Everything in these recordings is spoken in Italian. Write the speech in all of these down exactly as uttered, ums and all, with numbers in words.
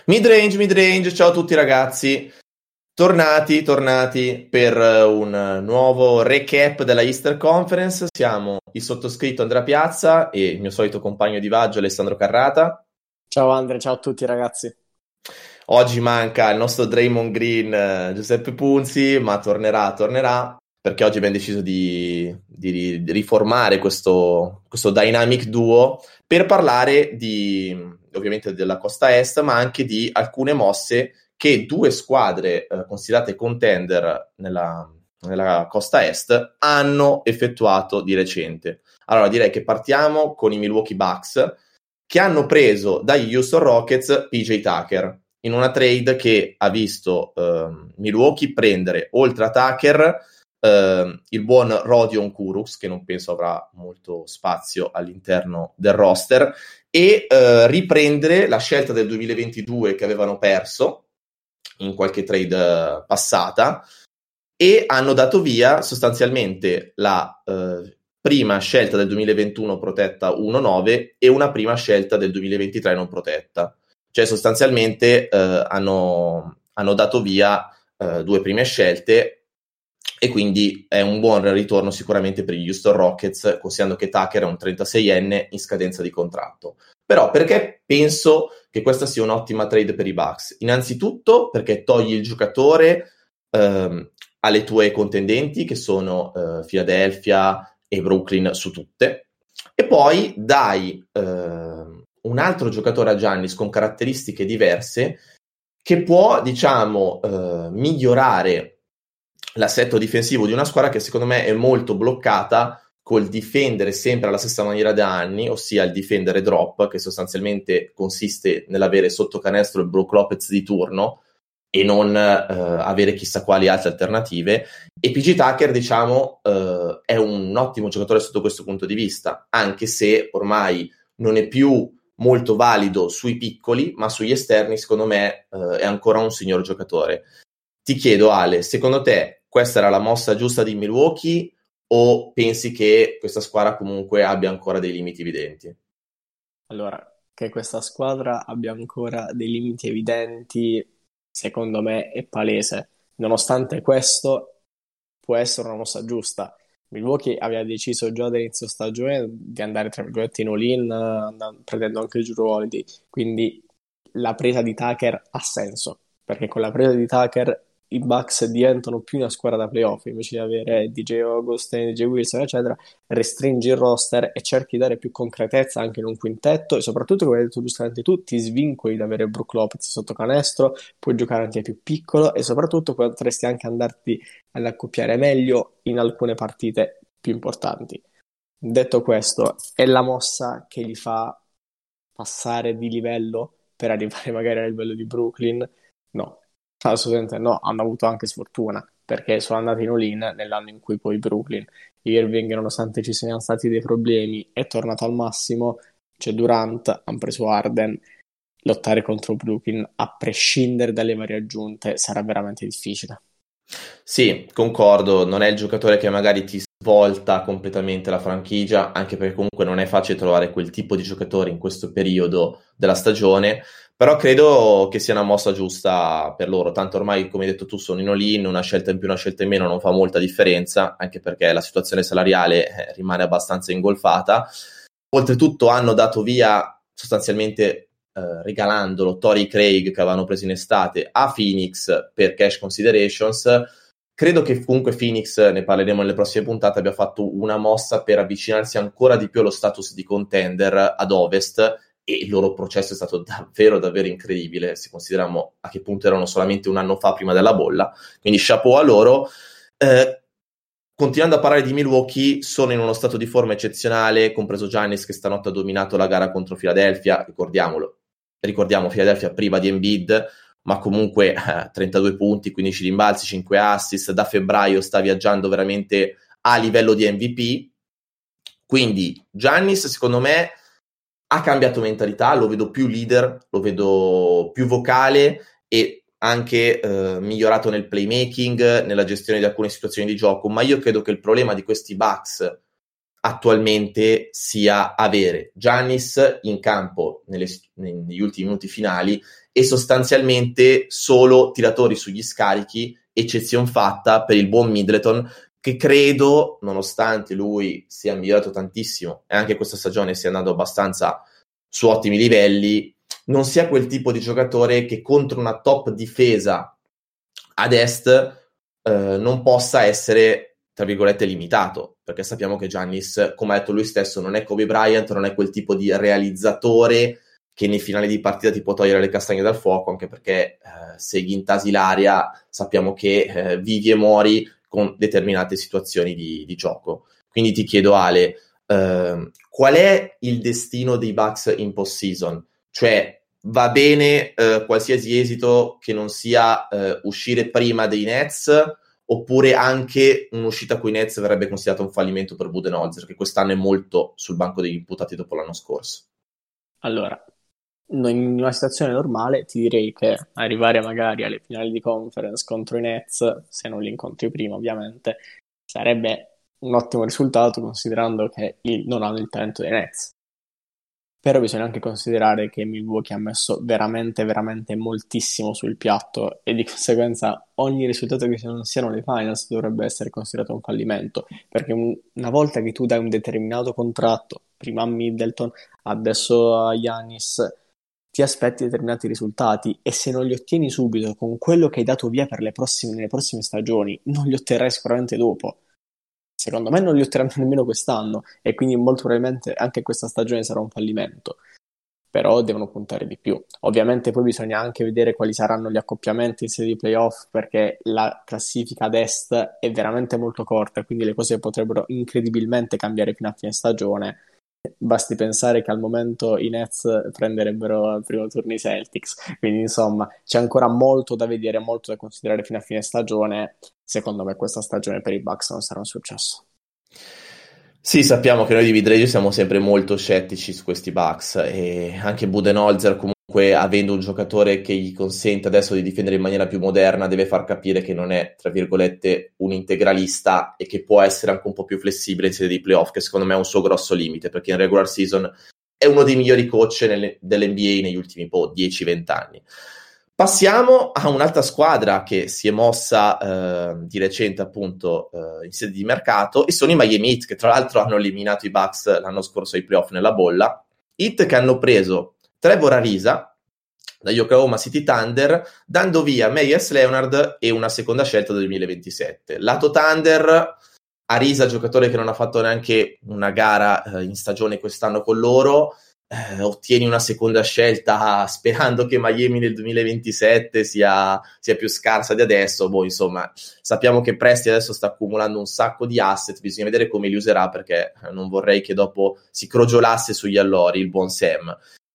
Midrange, midrange, ciao a tutti ragazzi, tornati, tornati per un nuovo recap della Easter Conference. Siamo il sottoscritto Andrea Piazza e il mio solito compagno di viaggio Alessandro Carrata. Ciao Andre, ciao a tutti ragazzi. Oggi manca il nostro Draymond Green eh, Giuseppe Punzi, ma tornerà, tornerà, perché oggi abbiamo deciso di, di- di riformare questo, questo dynamic duo per parlare di, ovviamente della costa est, ma anche di alcune mosse che due squadre eh, considerate contender nella, nella costa est hanno effettuato di recente. Allora direi che partiamo con i Milwaukee Bucks, che hanno preso dagli Houston Rockets P J Tucker in una trade che ha visto eh, Milwaukee prendere, oltre a Tucker, eh, il buon Rodion Kurucs, che non penso avrà molto spazio all'interno del roster, e eh, riprendere la scelta del duemilaventidue che avevano perso in qualche trade eh, passata, e hanno dato via sostanzialmente la eh, prima scelta del duemilaventuno protetta uno nove e una prima scelta del duemilaventitré non protetta. Cioè sostanzialmente eh, hanno, hanno dato via eh, due prime scelte, e quindi è un buon ritorno sicuramente per gli Houston Rockets, considerando che Tucker è un trentaseienne in scadenza di contratto. Però perché penso che questa sia un'ottima trade per i Bucks? Innanzitutto perché togli il giocatore ehm, alle tue contendenti, che sono eh, Philadelphia e Brooklyn su tutte, e poi dai eh, un altro giocatore a Giannis con caratteristiche diverse che può, diciamo, eh, migliorare l'assetto difensivo di una squadra che secondo me è molto bloccata col difendere sempre alla stessa maniera da anni, ossia il difendere drop, che sostanzialmente consiste nell'avere sotto canestro il Brook Lopez di turno e non eh, avere chissà quali altre alternative. E P J Tucker, diciamo, eh, è un ottimo giocatore sotto questo punto di vista, anche se ormai non è più molto valido sui piccoli, ma sugli esterni secondo me eh, è ancora un signor giocatore. Ti chiedo, Ale, secondo te questa era la mossa giusta di Milwaukee, o pensi che questa squadra comunque abbia ancora dei limiti evidenti? Allora, che questa squadra abbia ancora dei limiti evidenti, secondo me è palese. Nonostante questo, può essere una mossa giusta. Milwaukee aveva deciso già dall'inizio stagione di andare, tra virgolette, in all-in, andando- prendendo anche Jrue Holiday. Quindi la presa di Tucker ha senso, perché con la presa di Tucker i Bucks diventano più una squadra da playoff, invece di avere D J Augustin, D J Wilson, eccetera. Restringi il roster e cerchi di dare più concretezza anche in un quintetto, e soprattutto, come hai detto giustamente tu, ti svincoli da avere Brook Lopez sotto canestro, puoi giocare anche più piccolo e soprattutto potresti anche andarti ad accoppiare meglio in alcune partite più importanti. Detto questo, è la mossa che gli fa passare di livello per arrivare magari al livello di Brooklyn? No, assolutamente no. Hanno avuto anche sfortuna, perché sono andati in all-in nell'anno in cui poi Brooklyn, Irving, nonostante ci siano stati dei problemi, è tornato al massimo. C'è Durant, hanno preso Harden. Lottare contro Brooklyn, a prescindere dalle varie aggiunte, sarà veramente difficile. Sì, concordo, non è il giocatore che magari ti svolta completamente la franchigia, anche perché comunque non è facile trovare quel tipo di giocatore in questo periodo della stagione, però credo che sia una mossa giusta per loro, tanto ormai, come hai detto tu, sono in all-in, una scelta in più, una scelta in meno non fa molta differenza, anche perché la situazione salariale eh, rimane abbastanza ingolfata. Oltretutto hanno dato via sostanzialmente eh, regalandolo Torrey Craig, che avevano preso in estate, a Phoenix per cash considerations. Credo che comunque Phoenix, ne parleremo nelle prossime puntate, abbia fatto una mossa per avvicinarsi ancora di più allo status di contender ad Ovest, e il loro processo è stato davvero davvero incredibile se consideriamo a che punto erano solamente un anno fa prima della bolla, quindi chapeau a loro. Eh, Continuando a parlare di Milwaukee, sono in uno stato di forma eccezionale, compreso Giannis, che stanotte ha dominato la gara contro Philadelphia, ricordiamolo, ricordiamo Philadelphia priva di Embiid, ma comunque eh, trentadue punti, quindici rimbalzi, cinque assist, da febbraio sta viaggiando veramente a livello di M V P, quindi Giannis secondo me ha cambiato mentalità, lo vedo più leader, lo vedo più vocale e anche eh, migliorato nel playmaking, nella gestione di alcune situazioni di gioco, ma io credo che il problema di questi Bucks attualmente sia avere Giannis in campo nelle, negli ultimi minuti finali e sostanzialmente solo tiratori sugli scarichi, eccezion fatta per il buon Middleton, che credo, nonostante lui sia migliorato tantissimo e anche questa stagione stia andando abbastanza su ottimi livelli, non sia quel tipo di giocatore che contro una top difesa ad est eh, non possa essere, tra virgolette, limitato, perché sappiamo che Giannis, come ha detto lui stesso, non è Kobe Bryant, non è quel tipo di realizzatore che nei finali di partita ti può togliere le castagne dal fuoco, anche perché eh, se gli intasi l'aria sappiamo che eh, vivi e muori con determinate situazioni di, di gioco. Quindi ti chiedo, Ale, eh, qual è il destino dei Bucks in post-season? Cioè, va bene eh, qualsiasi esito che non sia eh, uscire prima dei Nets, oppure anche un'uscita coi Nets verrebbe considerata un fallimento per Budenholzer, che quest'anno è molto sul banco degli imputati dopo l'anno scorso? Allora, in una situazione normale ti direi che arrivare magari alle finali di conference contro i Nets, se non li incontri prima ovviamente, sarebbe un ottimo risultato considerando che non hanno il talento dei Nets. Però bisogna anche considerare che Milwaukee ha messo veramente, veramente moltissimo sul piatto e di conseguenza ogni risultato che non siano le finals dovrebbe essere considerato un fallimento, perché un, una volta che tu dai un determinato contratto, prima a Middleton, adesso a Giannis, ti aspetti determinati risultati e se non li ottieni subito con quello che hai dato via per le prossime, nelle prossime stagioni, non li otterrai sicuramente dopo. Secondo me non li otterranno nemmeno quest'anno e quindi molto probabilmente anche questa stagione sarà un fallimento, però devono puntare di più. Ovviamente poi bisogna anche vedere quali saranno gli accoppiamenti in sede di playoff, perché la classifica ad est è veramente molto corta, quindi le cose potrebbero incredibilmente cambiare fino a fine stagione. Basti pensare che al momento i Nets prenderebbero al primo turno i Celtics, quindi insomma c'è ancora molto da vedere, molto da considerare fino a fine stagione. Secondo me questa stagione per i Bucks non sarà un successo. Sì, sappiamo che noi di Vidreggio siamo sempre molto scettici su questi Bucks e anche Budenholzer comunque, avendo un giocatore che gli consente adesso di difendere in maniera più moderna, deve far capire che non è, tra virgolette, un integralista e che può essere anche un po' più flessibile in sede di playoff, che secondo me è un suo grosso limite, perché in regular season è uno dei migliori coach nelle, dell'N B A negli ultimi po' dieci venti anni. Passiamo a un'altra squadra che si è mossa eh, di recente appunto eh, in sede di mercato, e sono i Miami Heat, che tra l'altro hanno eliminato i Bucks l'anno scorso ai playoff nella bolla. Heat che hanno preso Trevor Ariza dagli Oklahoma City Thunder, dando via Meyers Leonard e una seconda scelta del duemilaventisette. Lato Thunder, Ariza, giocatore che non ha fatto neanche una gara eh, in stagione quest'anno con loro, Eh, ottieni una seconda scelta sperando che Miami nel duemilaventisette sia, sia più scarsa di adesso. Boh, insomma, sappiamo che Presti adesso sta accumulando un sacco di asset, bisogna vedere come li userà, perché non vorrei che dopo si crogiolasse sugli allori il buon Sam.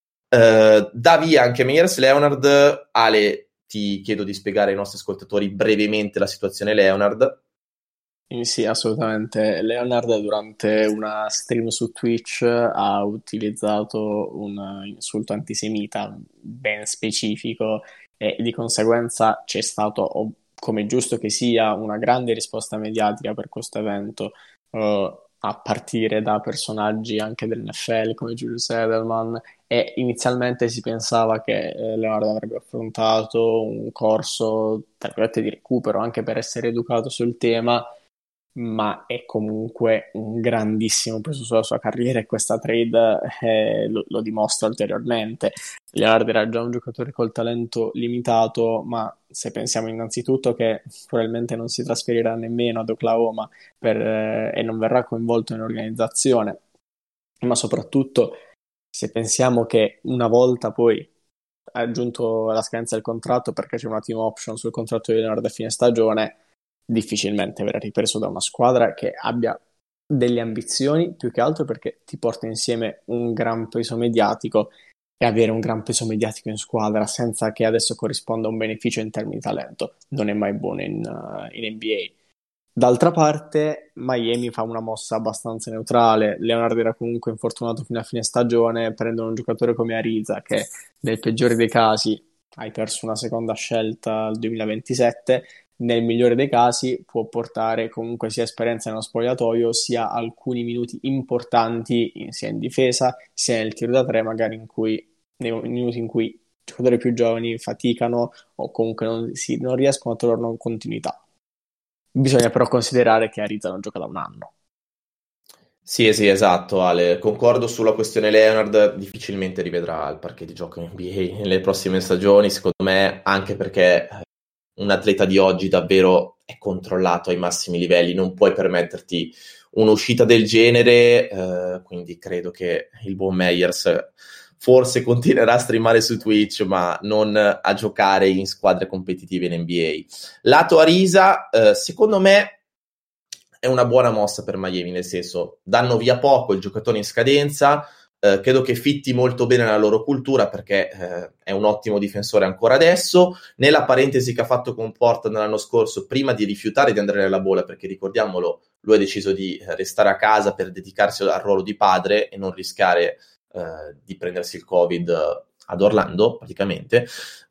Eh, da via anche Meyers Leonard. Ale, ti chiedo di spiegare ai nostri ascoltatori brevemente la situazione Leonard. Sì, assolutamente. Leonard durante una stream su Twitch ha utilizzato un insulto antisemita ben specifico e di conseguenza c'è stato, come giusto che sia, una grande risposta mediatica per questo evento, uh, a partire da personaggi anche dell'N F L come Julius Edelman, e inizialmente si pensava che eh, Leonard avrebbe affrontato un corso, tra virgolette, di recupero anche per essere educato sul tema, ma è comunque un grandissimo peso sulla sua carriera e questa trade eh, lo, lo dimostra ulteriormente. Leonard era già un giocatore col talento limitato, ma se pensiamo innanzitutto che probabilmente non si trasferirà nemmeno ad Oklahoma per, eh, e non verrà coinvolto in organizzazione, ma soprattutto se pensiamo che una volta poi aggiunto la scadenza del contratto, perché c'è una team option sul contratto di Leonard a fine stagione, difficilmente verrà ripreso da una squadra che abbia delle ambizioni, più che altro perché ti porta insieme un gran peso mediatico, e avere un gran peso mediatico in squadra senza che adesso corrisponda un beneficio in termini di talento non è mai buono in, uh, in N B A. D'altra parte Miami fa una mossa abbastanza neutrale. Leonard era comunque infortunato fino a fine stagione, prendono un giocatore come Ariza che nel peggiore dei casi hai perso una seconda scelta al duemilaventisette, nel migliore dei casi può portare comunque sia esperienza nello spogliatoio, sia alcuni minuti importanti in- sia in difesa, sia nel tiro da tre, magari in cui, nei minuti in cui i giocatori più giovani faticano o comunque non, si, non riescono a trovare una continuità. Bisogna però considerare che Ariza non gioca da un anno. Sì, sì, esatto, Ale. Concordo sulla questione Leonard, difficilmente rivedrà il parquet di gioco in N B A nelle prossime stagioni, secondo me, anche perché eh, un atleta di oggi davvero è controllato ai massimi livelli, non puoi permetterti un'uscita del genere, eh, quindi credo che il buon Meyers forse continuerà a streamare su Twitch, ma non a giocare in squadre competitive in N B A. Lato Arisa, eh, secondo me è una buona mossa per Miami, nel senso, danno via poco il giocatore in scadenza, eh, credo che fitti molto bene la loro cultura perché eh, è un ottimo difensore ancora adesso. Nella parentesi che ha fatto con Portland l'anno scorso, prima di rifiutare di andare nella bolla, perché ricordiamolo, lui ha deciso di restare a casa per dedicarsi al ruolo di padre e non rischiare eh, di prendersi il Covid ad Orlando, praticamente.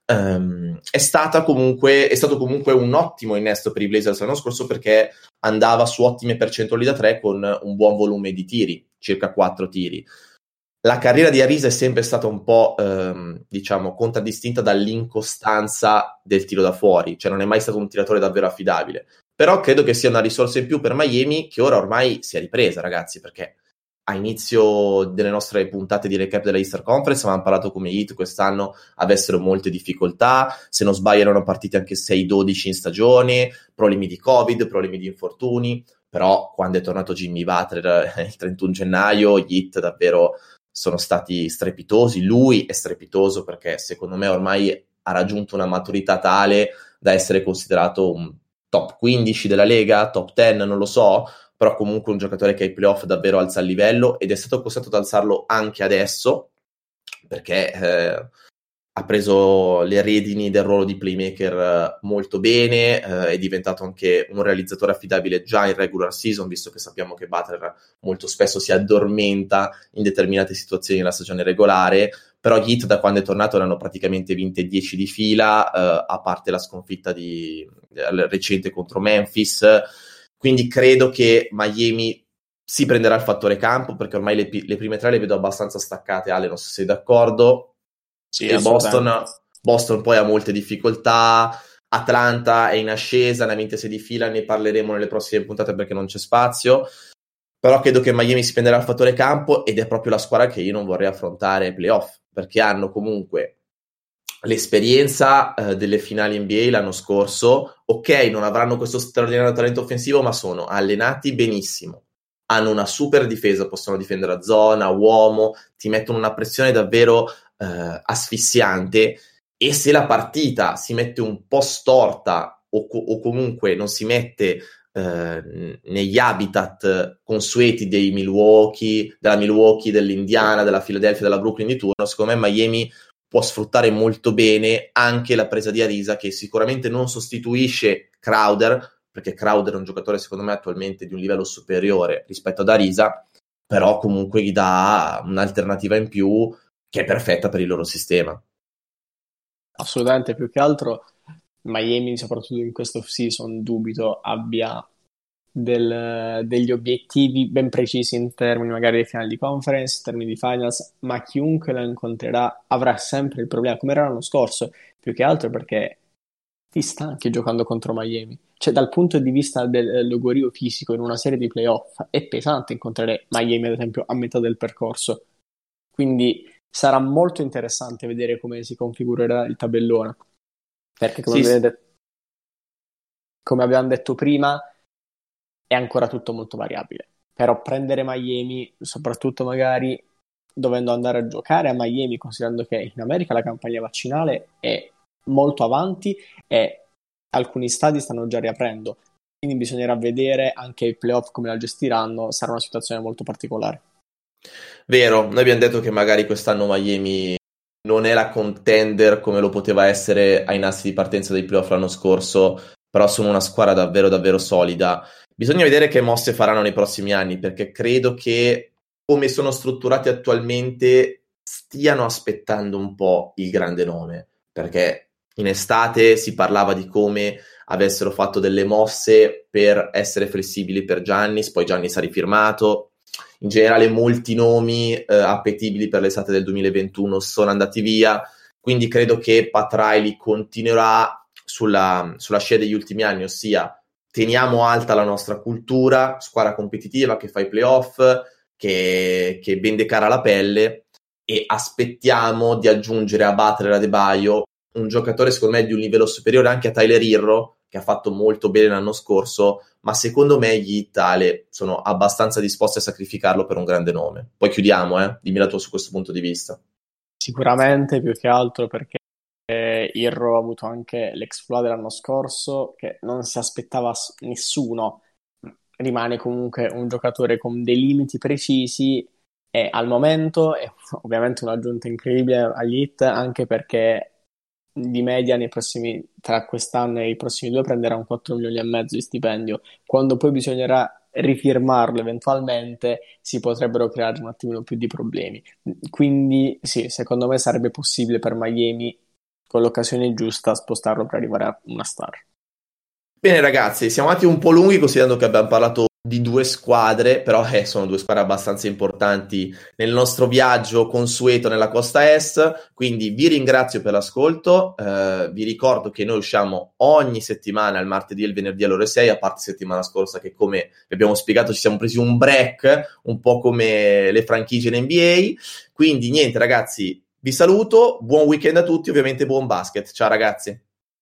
Um, è stata comunque è stato comunque un ottimo innesto per i Blazers l'anno scorso perché andava su ottime percentuali da tre con un buon volume di tiri, circa quattro tiri. La carriera di Arisa è sempre stata un po' ehm, diciamo contraddistinta dall'incostanza del tiro da fuori, cioè non è mai stato un tiratore davvero affidabile, però credo che sia una risorsa in più per Miami che ora ormai si è ripresa, ragazzi, perché a inizio delle nostre puntate di recap della Eastern Conference avevamo parlato come Heat quest'anno avessero molte difficoltà, se non sbaglio erano partiti anche sei dodici in stagione, problemi di Covid, problemi di infortuni, però quando è tornato Jimmy Butler il trentuno gennaio, gli Heat davvero sono stati strepitosi, lui è strepitoso perché secondo me ormai ha raggiunto una maturità tale da essere considerato un top quindici della Lega, top dieci, non lo so, però comunque un giocatore che ai playoff davvero alza il livello ed è stato costretto ad alzarlo anche adesso perché eh, ha preso le redini del ruolo di playmaker eh, molto bene, eh, è diventato anche un realizzatore affidabile già in regular season, visto che sappiamo che Butler molto spesso si addormenta in determinate situazioni nella stagione regolare, però gli Heat da quando è tornato ne hanno praticamente vinte dieci di fila, eh, a parte la sconfitta di, eh, recente contro Memphis, quindi credo che Miami si prenderà il fattore campo, perché ormai le, le prime tre le vedo abbastanza staccate, Ale, non so se sei d'accordo. Sì, E Boston, Boston poi ha molte difficoltà, Atlanta è in ascesa, ne ha vinte sei di fila, ne parleremo nelle prossime puntate perché non c'è spazio, però credo che Miami si prenderà il fattore campo ed è proprio la squadra che io non vorrei affrontare ai playoff, perché hanno comunque l'esperienza eh, delle finali N B A l'anno scorso, ok, non avranno questo straordinario talento offensivo, ma sono allenati benissimo, hanno una super difesa, possono difendere a zona, uomo, ti mettono una pressione davvero eh, asfissiante, e se la partita si mette un po' storta o, co- o comunque non si mette eh, negli habitat consueti dei Milwaukee, della Milwaukee, dell'Indiana, della Philadelphia, della Brooklyn di turno, secondo me Miami può sfruttare molto bene anche la presa di Arisa, che sicuramente non sostituisce Crowder, perché Crowder è un giocatore secondo me attualmente di un livello superiore rispetto ad Arisa, però comunque gli dà un'alternativa in più che è perfetta per il loro sistema. Assolutamente, più che altro Miami, soprattutto in questo off-season, dubito abbia del, degli obiettivi ben precisi in termini magari di finali di conference, in termini di finals, ma chiunque lo incontrerà avrà sempre il problema, come era l'anno scorso, più che altro perché ti stanchi giocando contro Miami. Cioè, dal punto di vista del logorio fisico in una serie di playoff è pesante incontrare Miami, ad esempio, a metà del percorso. Quindi sarà molto interessante vedere come si configurerà il tabellone. Perché, come, Sì, abbiamo sì. detto, come abbiamo detto prima, è ancora tutto molto variabile. Però prendere Miami, soprattutto magari dovendo andare a giocare a Miami, considerando che in America la campagna vaccinale è molto avanti e alcuni stadi stanno già riaprendo, quindi bisognerà vedere anche i playoff come la gestiranno, sarà una situazione molto particolare. Vero, noi abbiamo detto che magari quest'anno Miami non è la contender come lo poteva essere ai nastri di partenza dei playoff l'anno scorso, però sono una squadra davvero davvero solida. Bisogna vedere che mosse faranno nei prossimi anni, perché credo che come sono strutturati attualmente stiano aspettando un po' il grande nome, perché in estate si parlava di come avessero fatto delle mosse per essere flessibili per Giannis, poi Giannis ha rifirmato. In generale molti nomi eh, appetibili per l'estate del duemilaventuno sono andati via, quindi credo che Pat Riley continuerà sulla, sulla scia degli ultimi anni, ossia teniamo alta la nostra cultura, squadra competitiva che fa i playoff, che, che vende cara la pelle, e aspettiamo di aggiungere a Butler e Adebayo un giocatore secondo me di un livello superiore anche a Tyler Herro, che ha fatto molto bene l'anno scorso, ma secondo me gli Italia sono abbastanza disposti a sacrificarlo per un grande nome. Poi chiudiamo, eh? Dimmi la tua su questo punto di vista. Sicuramente, più che altro perché Herro ha avuto anche l'exploit dell'anno scorso che non si aspettava nessuno. Rimane comunque un giocatore con dei limiti precisi e al momento è ovviamente un'aggiunta incredibile agli Heat, anche perché di media nei prossimi, tra quest'anno e i prossimi due prenderà un quattro milioni e mezzo di stipendio. Quando poi bisognerà rifirmarlo eventualmente si potrebbero creare un attimino più di problemi. Quindi sì, secondo me sarebbe possibile per Miami con l'occasione giusta spostarlo per arrivare a una star. Bene ragazzi, siamo andati un po' lunghi considerando che abbiamo parlato di due squadre, però eh, sono due squadre abbastanza importanti nel nostro viaggio consueto nella costa est, quindi vi ringrazio per l'ascolto, eh, vi ricordo che noi usciamo ogni settimana il martedì e il venerdì alle ore sei, a parte settimana scorsa che come vi abbiamo spiegato ci siamo presi un break, un po' come le franchigie in N B A, quindi niente ragazzi, vi saluto, buon weekend a tutti, ovviamente buon basket, ciao ragazzi.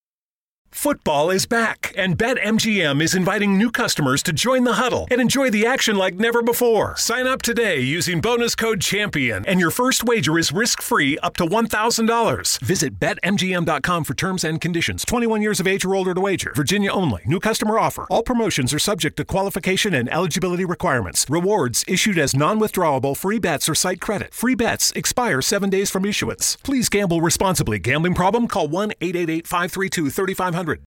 Football is back, and BetMGM is inviting new customers to join the huddle and enjoy the action like never before. Sign up today using bonus code CHAMPION, and your first wager is risk-free up to one thousand dollars. Visit Bet M G M dot com for terms and conditions. twenty-one years of age or older to wager. Virginia only. New customer offer. All promotions are subject to qualification and eligibility requirements. Rewards issued as non-withdrawable free bets or site credit. Free bets expire seven days from issuance. Please gamble responsibly. Gambling problem? Call one eight eight eight, five three two, three five zero zero.